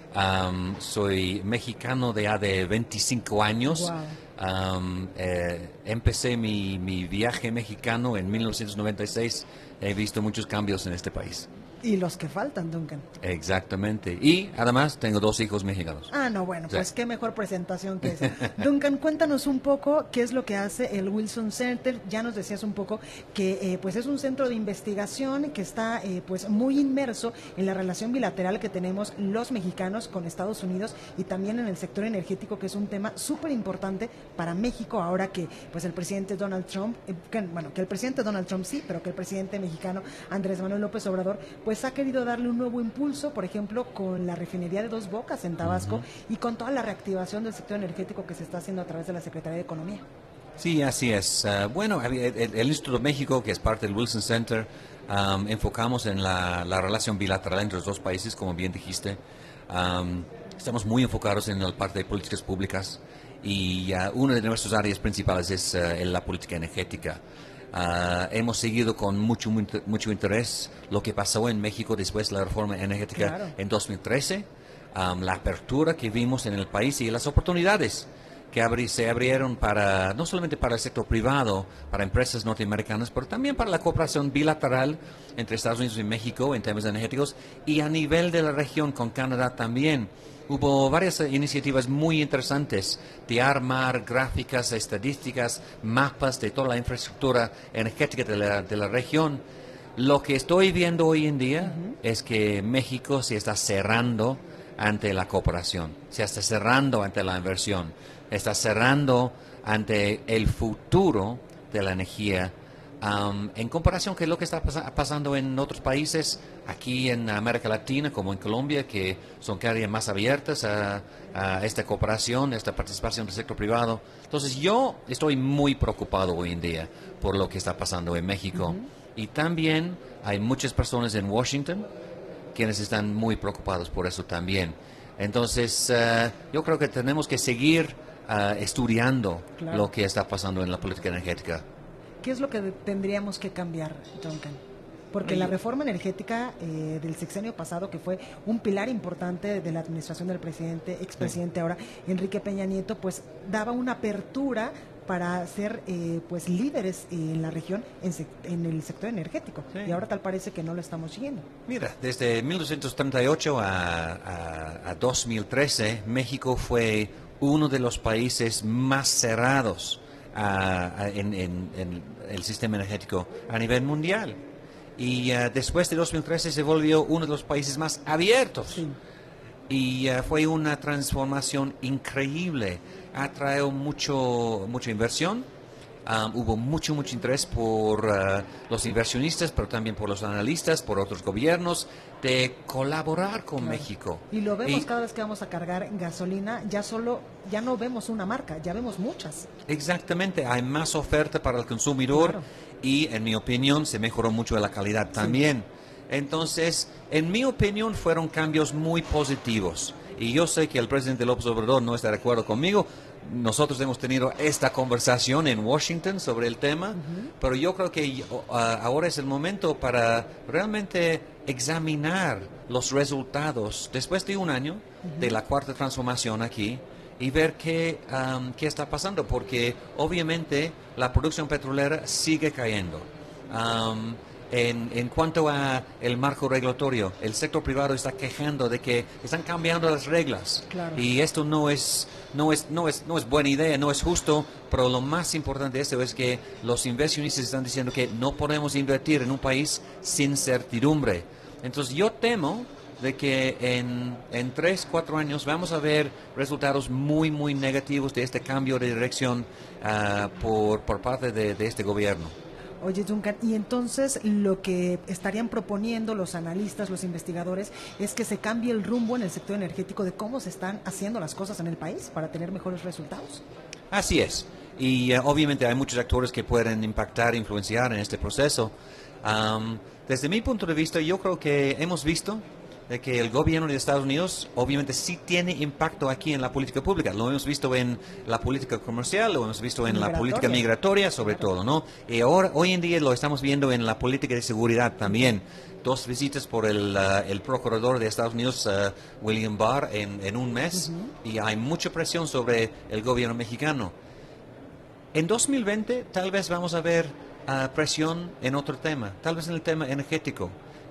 soy mexicano de 25 años. Wow. Empecé mi viaje mexicano en 1996, he visto muchos cambios en este país. Y los que faltan, Duncan. Exactamente. Y además tengo 2 hijos mexicanos. Ah, no, bueno, pues qué mejor presentación que esa. Duncan, cuéntanos un poco qué es lo que hace el Wilson Center. Ya nos decías un poco que pues es un centro de investigación que está pues muy inmerso en la relación bilateral que tenemos los mexicanos con Estados Unidos y también en el sector energético, que es un tema súper importante para México ahora que pues el presidente Donald Trump, que el presidente Donald Trump sí, pero que el presidente mexicano Andrés Manuel López Obrador pues ha querido darle un nuevo impulso, por ejemplo, con la refinería de Dos Bocas en Tabasco y con toda la reactivación del sector energético que se está haciendo a través de la Secretaría de Economía. Sí, así es. Bueno, el Instituto México, que es parte del Wilson Center, enfocamos en la relación bilateral entre los dos países, como bien dijiste. Estamos muy enfocados en la parte de políticas públicas y una de nuestras áreas principales es la política energética. Hemos seguido con mucho interés lo que pasó en México después de la reforma energética en 2013, la apertura que vimos en el país y las oportunidades que se abrieron no solamente para el sector privado, para empresas norteamericanas, pero también para la cooperación bilateral entre Estados Unidos y México en temas energéticos y a nivel de la región con Canadá también. Hubo varias iniciativas muy interesantes de armar gráficas, estadísticas, mapas de toda la infraestructura energética de la región. Lo que estoy viendo hoy en día es que México se está cerrando ante la cooperación, se está cerrando ante la inversión, está cerrando ante el futuro de la energía. En comparación con lo que está pasando en otros países, aquí en América Latina, como en Colombia, que son cada día más abiertas a esta cooperación, a esta participación del sector privado. Entonces yo estoy muy preocupado hoy en día por lo que está pasando en México. Y también hay muchas personas en Washington quienes están muy preocupados por eso también. Entonces yo creo que tenemos que seguir estudiando lo que está pasando en la política energética. ¿Qué es lo que tendríamos que cambiar, Duncan? Porque la reforma energética del sexenio pasado, que fue un pilar importante de la administración del expresidente ahora, Enrique Peña Nieto, pues daba una apertura para ser pues líderes en la región en el sector energético. Y ahora tal parece que no lo estamos siguiendo. Mira, desde 1938 a 2013, México fue uno de los países más cerrados en el sistema energético a nivel mundial. Y después de 2013 se volvió uno de los países más abiertos. Sí. Y fue una transformación increíble. Atrajo mucha inversión. Hubo mucho interés por los inversionistas, pero también por los analistas, por otros gobiernos, de colaborar con México. Y lo vemos cada vez que vamos a cargar gasolina, ya no vemos una marca, ya vemos muchas. Exactamente, hay más oferta para el consumidor y, en mi opinión, se mejoró mucho la calidad también. Entonces, en mi opinión, fueron cambios muy positivos. Y yo sé que el presidente López Obrador no está de acuerdo conmigo. Nosotros hemos tenido esta conversación en Washington sobre el tema, pero yo creo que ahora es el momento para realmente examinar los resultados después de un año de la cuarta transformación aquí y ver qué está pasando, porque obviamente la producción petrolera sigue cayendo. En cuanto a el marco regulatorio, el sector privado está quejando de que están cambiando las reglas. Y esto no es buena idea, no es justo, pero lo más importante de esto es que los inversionistas están diciendo que no podemos invertir en un país sin certidumbre. Entonces yo temo de que en 3-4 años vamos a ver resultados muy negativos de este cambio de dirección por parte de este gobierno. Oye, Duncan, y entonces lo que estarían proponiendo los analistas, los investigadores, es que se cambie el rumbo en el sector energético de cómo se están haciendo las cosas en el país para tener mejores resultados. Así es. Y obviamente hay muchos actores que pueden impactar, influenciar en este proceso. Desde mi punto de vista, yo creo que hemos visto de que el gobierno de Estados Unidos obviamente sí tiene impacto aquí en la política pública. Lo hemos visto en la política comercial, lo hemos visto en la política migratoria sobre todo, ¿no? Y ahora, hoy en día lo estamos viendo en la política de seguridad también. 2 visitas por el procurador de Estados Unidos, William Barr, en un mes, y hay mucha presión sobre el gobierno mexicano. En 2020 tal vez vamos a ver presión en otro tema, tal vez en el tema energético.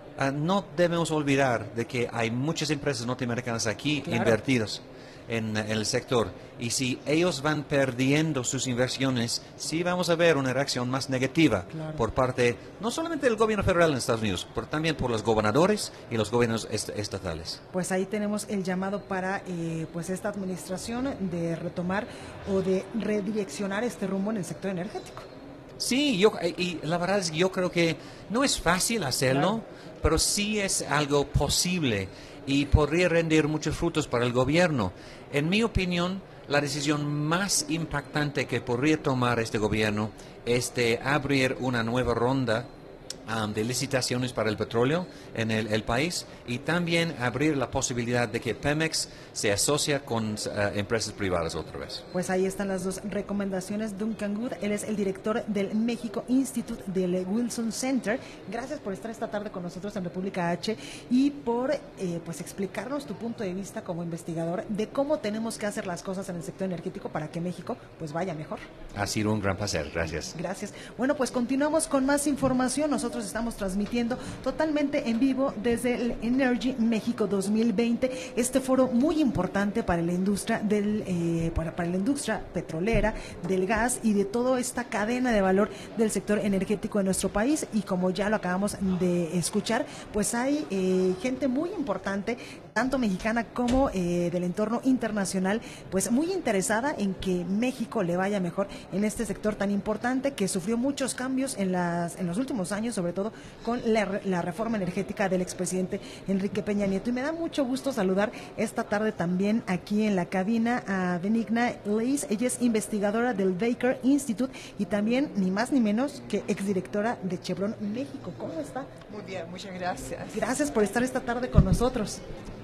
No debemos olvidar de que hay muchas empresas norteamericanas aquí invertidas en el sector, y si ellos van perdiendo sus inversiones, sí vamos a ver una reacción más negativa por parte no solamente del gobierno federal en Estados Unidos, pero también por los gobernadores y los gobiernos estatales. Pues ahí tenemos el llamado para pues esta administración de retomar o de redireccionar este rumbo en el sector energético. Sí, y la verdad es que yo creo que no es fácil hacerlo, pero sí es algo posible y podría rendir muchos frutos para el gobierno. En mi opinión, la decisión más impactante que podría tomar este gobierno es de abrir una nueva ronda de licitaciones para el petróleo en el país, y también abrir la posibilidad de que Pemex se asocia con empresas privadas otra vez. Pues ahí están las dos recomendaciones. Duncan Good, él es el director del México Institute del Wilson Center. Gracias por estar esta tarde con nosotros en República H y por pues explicarnos tu punto de vista como investigador de cómo tenemos que hacer las cosas en el sector energético para que México pues vaya mejor. Ha sido un gran placer, gracias. Gracias. Bueno, pues continuamos con más información. Nosotros estamos transmitiendo totalmente en vivo desde el Energy México 2020, este foro muy importante para la industria para la industria petrolera, del gas y de toda esta cadena de valor del sector energético de nuestro país. Y como ya lo acabamos de escuchar, pues hay gente muy importante, tanto mexicana como del entorno internacional, pues muy interesada en que México le vaya mejor en este sector tan importante que sufrió muchos cambios en los últimos años, sobre todo con la reforma energética del expresidente Enrique Peña Nieto. Y me da mucho gusto saludar esta tarde también aquí en la cabina a Benigna Leis. Ella es investigadora del Baker Institute y también ni más ni menos que exdirectora de Chevron México. ¿Cómo está? Muy bien, muchas gracias. Gracias por estar esta tarde con nosotros.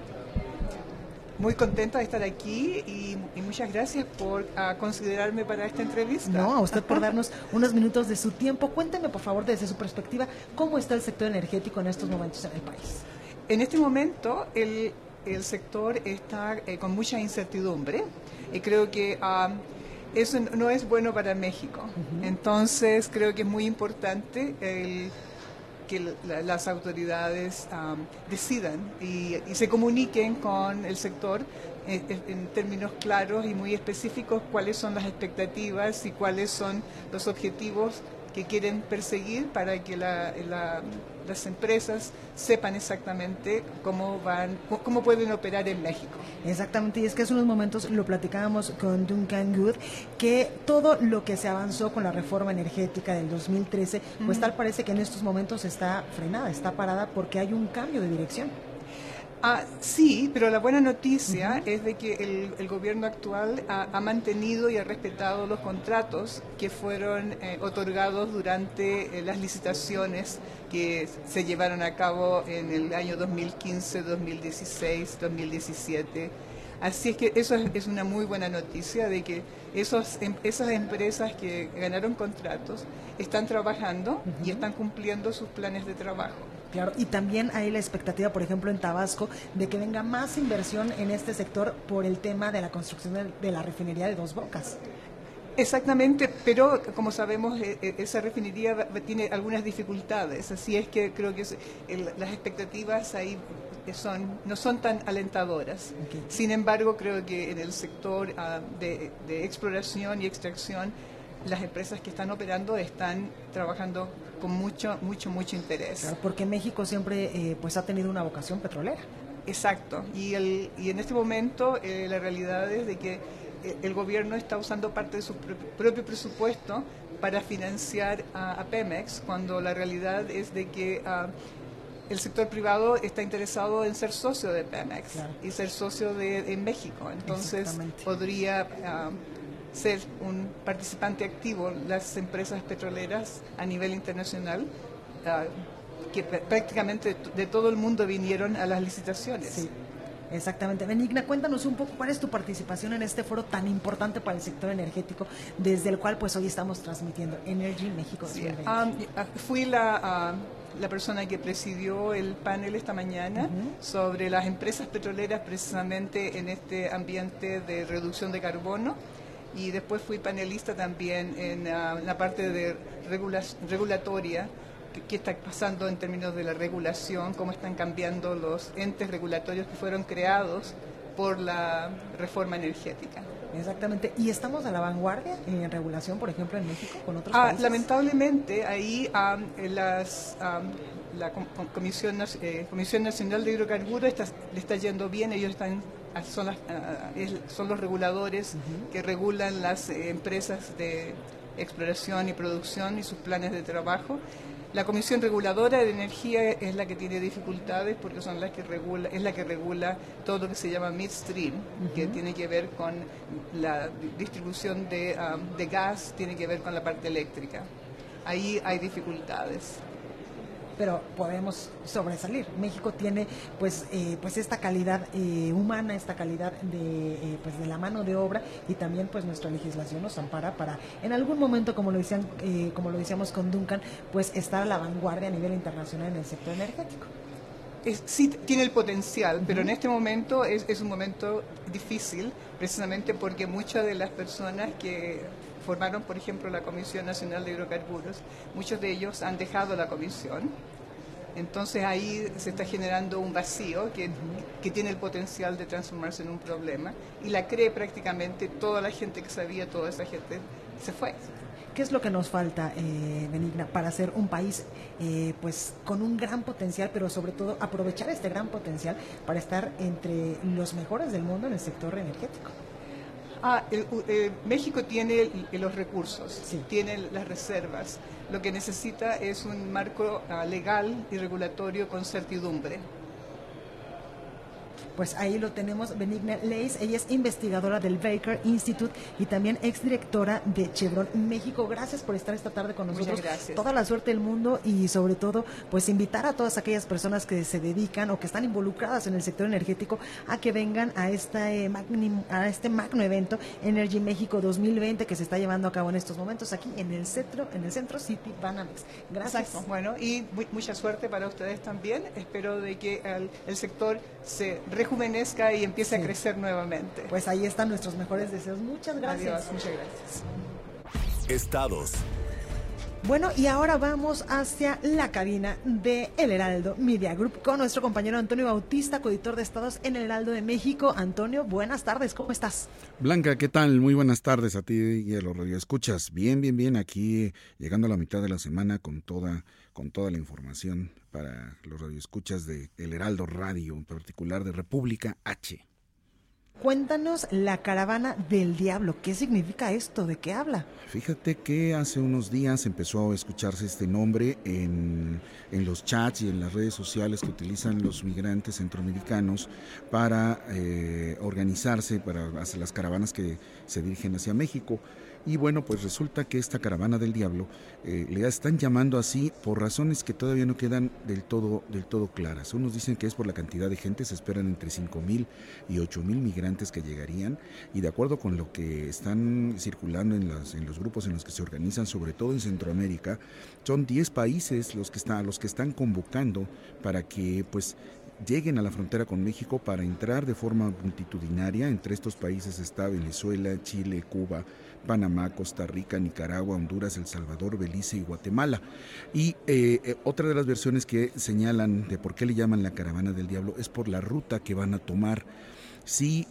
Muy contenta de estar aquí y muchas gracias por considerarme para esta entrevista. No, a usted por darnos unos minutos de su tiempo. Cuénteme, por favor, desde su perspectiva, ¿cómo está el sector energético en estos momentos en el país? En este momento, el sector está con mucha incertidumbre y creo que eso no es bueno para México. Entonces, creo que es muy importante que las autoridades decidan y se comuniquen con el sector en términos claros y muy específicos cuáles son las expectativas y cuáles son los objetivos que quieren perseguir para que las empresas sepan exactamente cómo pueden operar en México. Exactamente, y es que hace unos momentos lo platicábamos con Duncan Good, que todo lo que se avanzó con la reforma energética del 2013, pues tal parece que en estos momentos está frenada, está parada porque hay un cambio de dirección. Sí, pero la buena noticia es de que el gobierno actual ha mantenido y ha respetado los contratos que fueron otorgados durante las licitaciones que se llevaron a cabo en el año 2015, 2016, 2017. Así es que eso es una muy buena noticia de que esas empresas que ganaron contratos están trabajando y están cumpliendo sus planes de trabajo. Claro, y también hay la expectativa, por ejemplo, en Tabasco, de que venga más inversión en este sector por el tema de la construcción de la refinería de Dos Bocas. Exactamente, pero como sabemos, esa refinería tiene algunas dificultades, así es que creo que las expectativas ahí no son tan alentadoras. Okay. Sin embargo, creo que en el sector de exploración y extracción, las empresas que están operando están trabajando con mucho interés. Claro, porque México siempre pues ha tenido una vocación petrolera. Exacto, y en este momento la realidad es de que el gobierno está usando parte de su propio presupuesto para financiar a Pemex, cuando la realidad es de que el sector privado está interesado en ser socio de Pemex y ser socio en México. Entonces podría ser un participante activo las empresas petroleras a nivel internacional, que prácticamente de todo el mundo vinieron a las licitaciones. Sí. Exactamente. Benigna, cuéntanos un poco cuál es tu participación en este foro tan importante para el sector energético, desde el cual pues hoy estamos transmitiendo Energy México 2020. Fui la persona que presidió el panel esta mañana sobre las empresas petroleras precisamente en este ambiente de reducción de carbono, y después fui panelista también en la parte de regulatoria, qué está pasando en términos de la regulación, cómo están cambiando los entes regulatorios que fueron creados por la reforma energética. Exactamente. ¿Y estamos a la vanguardia en regulación, por ejemplo, en México, con otros países? Lamentablemente, ahí la Comisión Nacional de Hidrocarburos le está yendo bien. Ellos son los reguladores que regulan las empresas de exploración y producción y sus planes de trabajo. La Comisión Reguladora de Energía es la que tiene dificultades porque es la que regula todo lo que se llama midstream, que tiene que ver con la distribución de gas, tiene que ver con la parte eléctrica. Ahí hay dificultades. Pero podemos sobresalir. México tiene pues esta calidad humana, esta calidad de la mano de obra, y también pues nuestra legislación nos ampara para en algún momento, como lo decíamos con Duncan, pues estar a la vanguardia a nivel internacional en el sector energético. Sí tiene el potencial, pero en este momento es un momento difícil, precisamente porque muchas de las personas que formaron, por ejemplo, la Comisión Nacional de Hidrocarburos, muchos de ellos han dejado la comisión. Entonces ahí se está generando un vacío que tiene el potencial de transformarse en un problema, y la cree prácticamente toda la gente que sabía, toda esa gente se fue. ¿Qué es lo que nos falta, Benigna, para ser un país pues con un gran potencial, pero sobre todo aprovechar este gran potencial para estar entre los mejores del mundo en el sector energético? México tiene los recursos, tiene las reservas. Lo que necesita es un marco legal y regulatorio con certidumbre. Pues ahí lo tenemos, Benigna Leis. Ella es investigadora del Baker Institute y también exdirectora de Chevron México. Gracias por estar esta tarde con nosotros. Muchas gracias. Toda la suerte del mundo, y sobre todo pues invitar a todas aquellas personas que se dedican o que están involucradas en el sector energético a que vengan a este magno evento Energy México 2020 que se está llevando a cabo en estos momentos aquí en el centro City Banamex. Gracias. Exacto. Bueno, y mucha suerte para ustedes también. Espero de que el sector se rejuvenezca y empiece a crecer nuevamente. Pues ahí están nuestros mejores deseos. Muchas gracias. Adiós, muchas gracias. Estados. Bueno, y ahora vamos hacia la cabina de El Heraldo Media Group con nuestro compañero Antonio Bautista, coeditor de Estados en El Heraldo de México. Antonio, buenas tardes, ¿cómo estás? Blanca, ¿qué tal? Muy buenas tardes a ti y a los radioescuchas. Bien, aquí llegando a la mitad de la semana con toda la información para los radioescuchas de El Heraldo Radio, en particular de República H. Cuéntanos la caravana del diablo. ¿Qué significa esto? ¿De qué habla? Fíjate que hace unos días empezó a escucharse este nombre en los chats y en las redes sociales que utilizan los migrantes centroamericanos para organizarse para hacer las caravanas que se dirigen hacia México. Y bueno, pues resulta que esta caravana del diablo le están llamando así por razones que todavía no quedan del todo claras. Unos dicen que es por la cantidad de gente, se esperan entre 5,000 y 8,000 migrantes que llegarían, y de acuerdo con lo que están circulando en los grupos en los que se organizan, sobre todo en Centroamérica, son 10 países los que están convocando para que pues lleguen a la frontera con México para entrar de forma multitudinaria. Entre estos países está Venezuela, Chile, Cuba, Panamá, Costa Rica, Nicaragua, Honduras, El Salvador, Belice y Guatemala. Y otra de las versiones que señalan de por qué le llaman la caravana del diablo es por la ruta que van a tomar. Si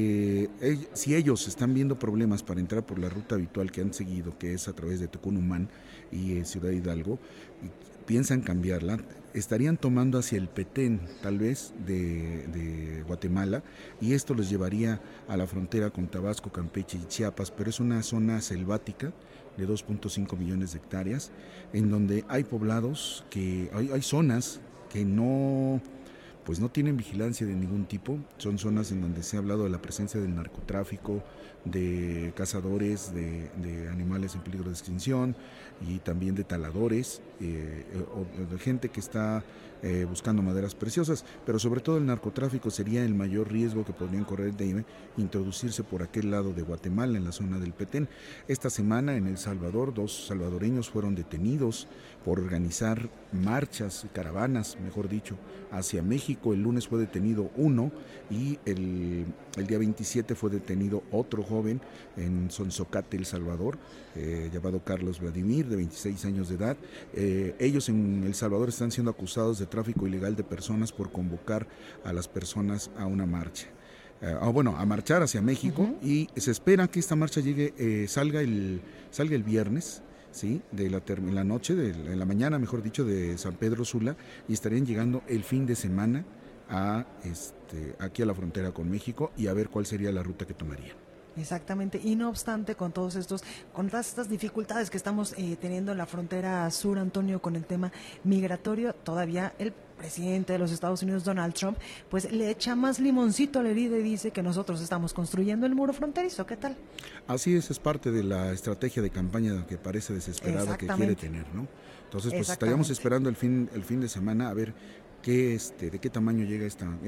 ellos están viendo problemas para entrar por la ruta habitual que han seguido, que es a través de Tucumán y Ciudad Hidalgo, piensan cambiarla, estarían tomando hacia el Petén, tal vez, de Guatemala, y esto los llevaría a la frontera con Tabasco, Campeche y Chiapas, pero es una zona selvática de 2.5 millones de hectáreas, en donde hay poblados, hay zonas que no tienen vigilancia de ningún tipo. Son zonas en donde se ha hablado de la presencia del narcotráfico, de cazadores de animales en peligro de extinción y también de taladores, o de gente que está buscando maderas preciosas, pero sobre todo el narcotráfico sería el mayor riesgo que podrían correr de introducirse por aquel lado de Guatemala, en la zona del Petén. Esta semana en El Salvador, 2 salvadoreños fueron detenidos por organizar marchas, caravanas, mejor dicho, hacia México. El lunes fue detenido uno y el día 27 fue detenido otro joven en Sonsocate, El Salvador, llamado Carlos Vladimir, de 26 años de edad. Ellos en El Salvador están siendo acusados de tráfico ilegal de personas por convocar a las personas a una marcha. A marchar hacia México, y se espera que esta marcha salga el viernes, ¿sí? De la noche, de la mañana, mejor dicho, de San Pedro Sula, y estarían llegando el fin de semana aquí a la frontera con México, y a ver cuál sería la ruta que tomarían. Exactamente, y no obstante, con todas estas dificultades que estamos teniendo en la frontera sur, Antonio, con el tema migratorio, todavía el presidente de los Estados Unidos, Donald Trump, pues le echa más limoncito a la herida y dice que nosotros estamos construyendo el muro fronterizo. ¿Qué tal? Así es parte de la estrategia de campaña que parece desesperada que quiere tener, ¿no? Entonces, pues estaríamos esperando el fin de semana a ver de qué tamaño llega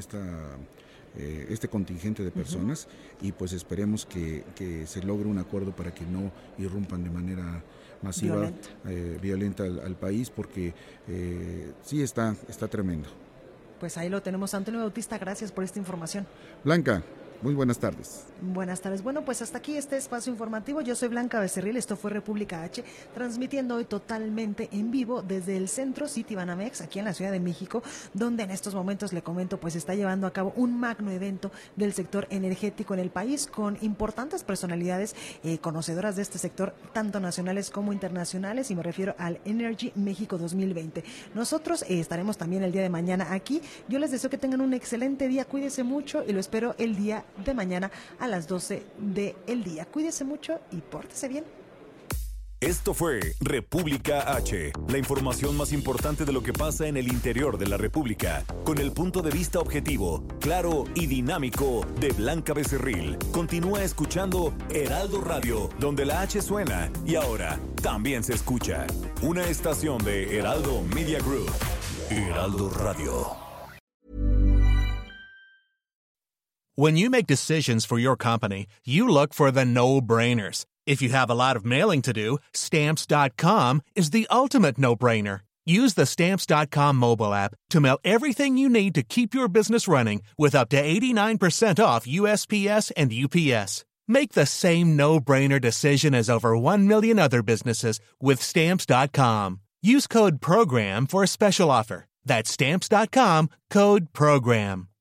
este contingente de personas, y pues esperemos que se logre un acuerdo para que no irrumpan de manera masiva, violenta al país, porque sí está tremendo. Pues ahí lo tenemos. Antonio Bautista, gracias por esta información. Blanca, muy buenas tardes. Buenas tardes. Bueno, pues hasta aquí este espacio informativo. Yo soy Blanca Becerril, esto fue República H, transmitiendo hoy totalmente en vivo desde el Centro Citibanamex, aquí en la Ciudad de México, donde en estos momentos, le comento, pues está llevando a cabo un magno evento del sector energético en el país, con importantes personalidades conocedoras de este sector, tanto nacionales como internacionales, y me refiero al Energy México 2020. Nosotros estaremos también el día de mañana aquí. Yo les deseo que tengan un excelente día, cuídense mucho, y lo espero el día de mañana a las 12 del día. Cuídese mucho y pórtese bien. Esto fue República H, la información más importante de lo que pasa en el interior de la República, con el punto de vista objetivo, claro y dinámico de Blanca Becerril. Continúa escuchando Heraldo Radio, donde la H suena y ahora también se escucha. Una estación de Heraldo Media Group. Heraldo Radio. When you make decisions for your company, you look for the no-brainers. If you have a lot of mailing to do, Stamps.com is the ultimate no-brainer. Use the Stamps.com mobile app to mail everything you need to keep your business running with up to 89% off USPS and UPS. Make the same no-brainer decision as over 1 million other businesses with Stamps.com. Use code PROGRAM for a special offer. That's Stamps.com, code PROGRAM.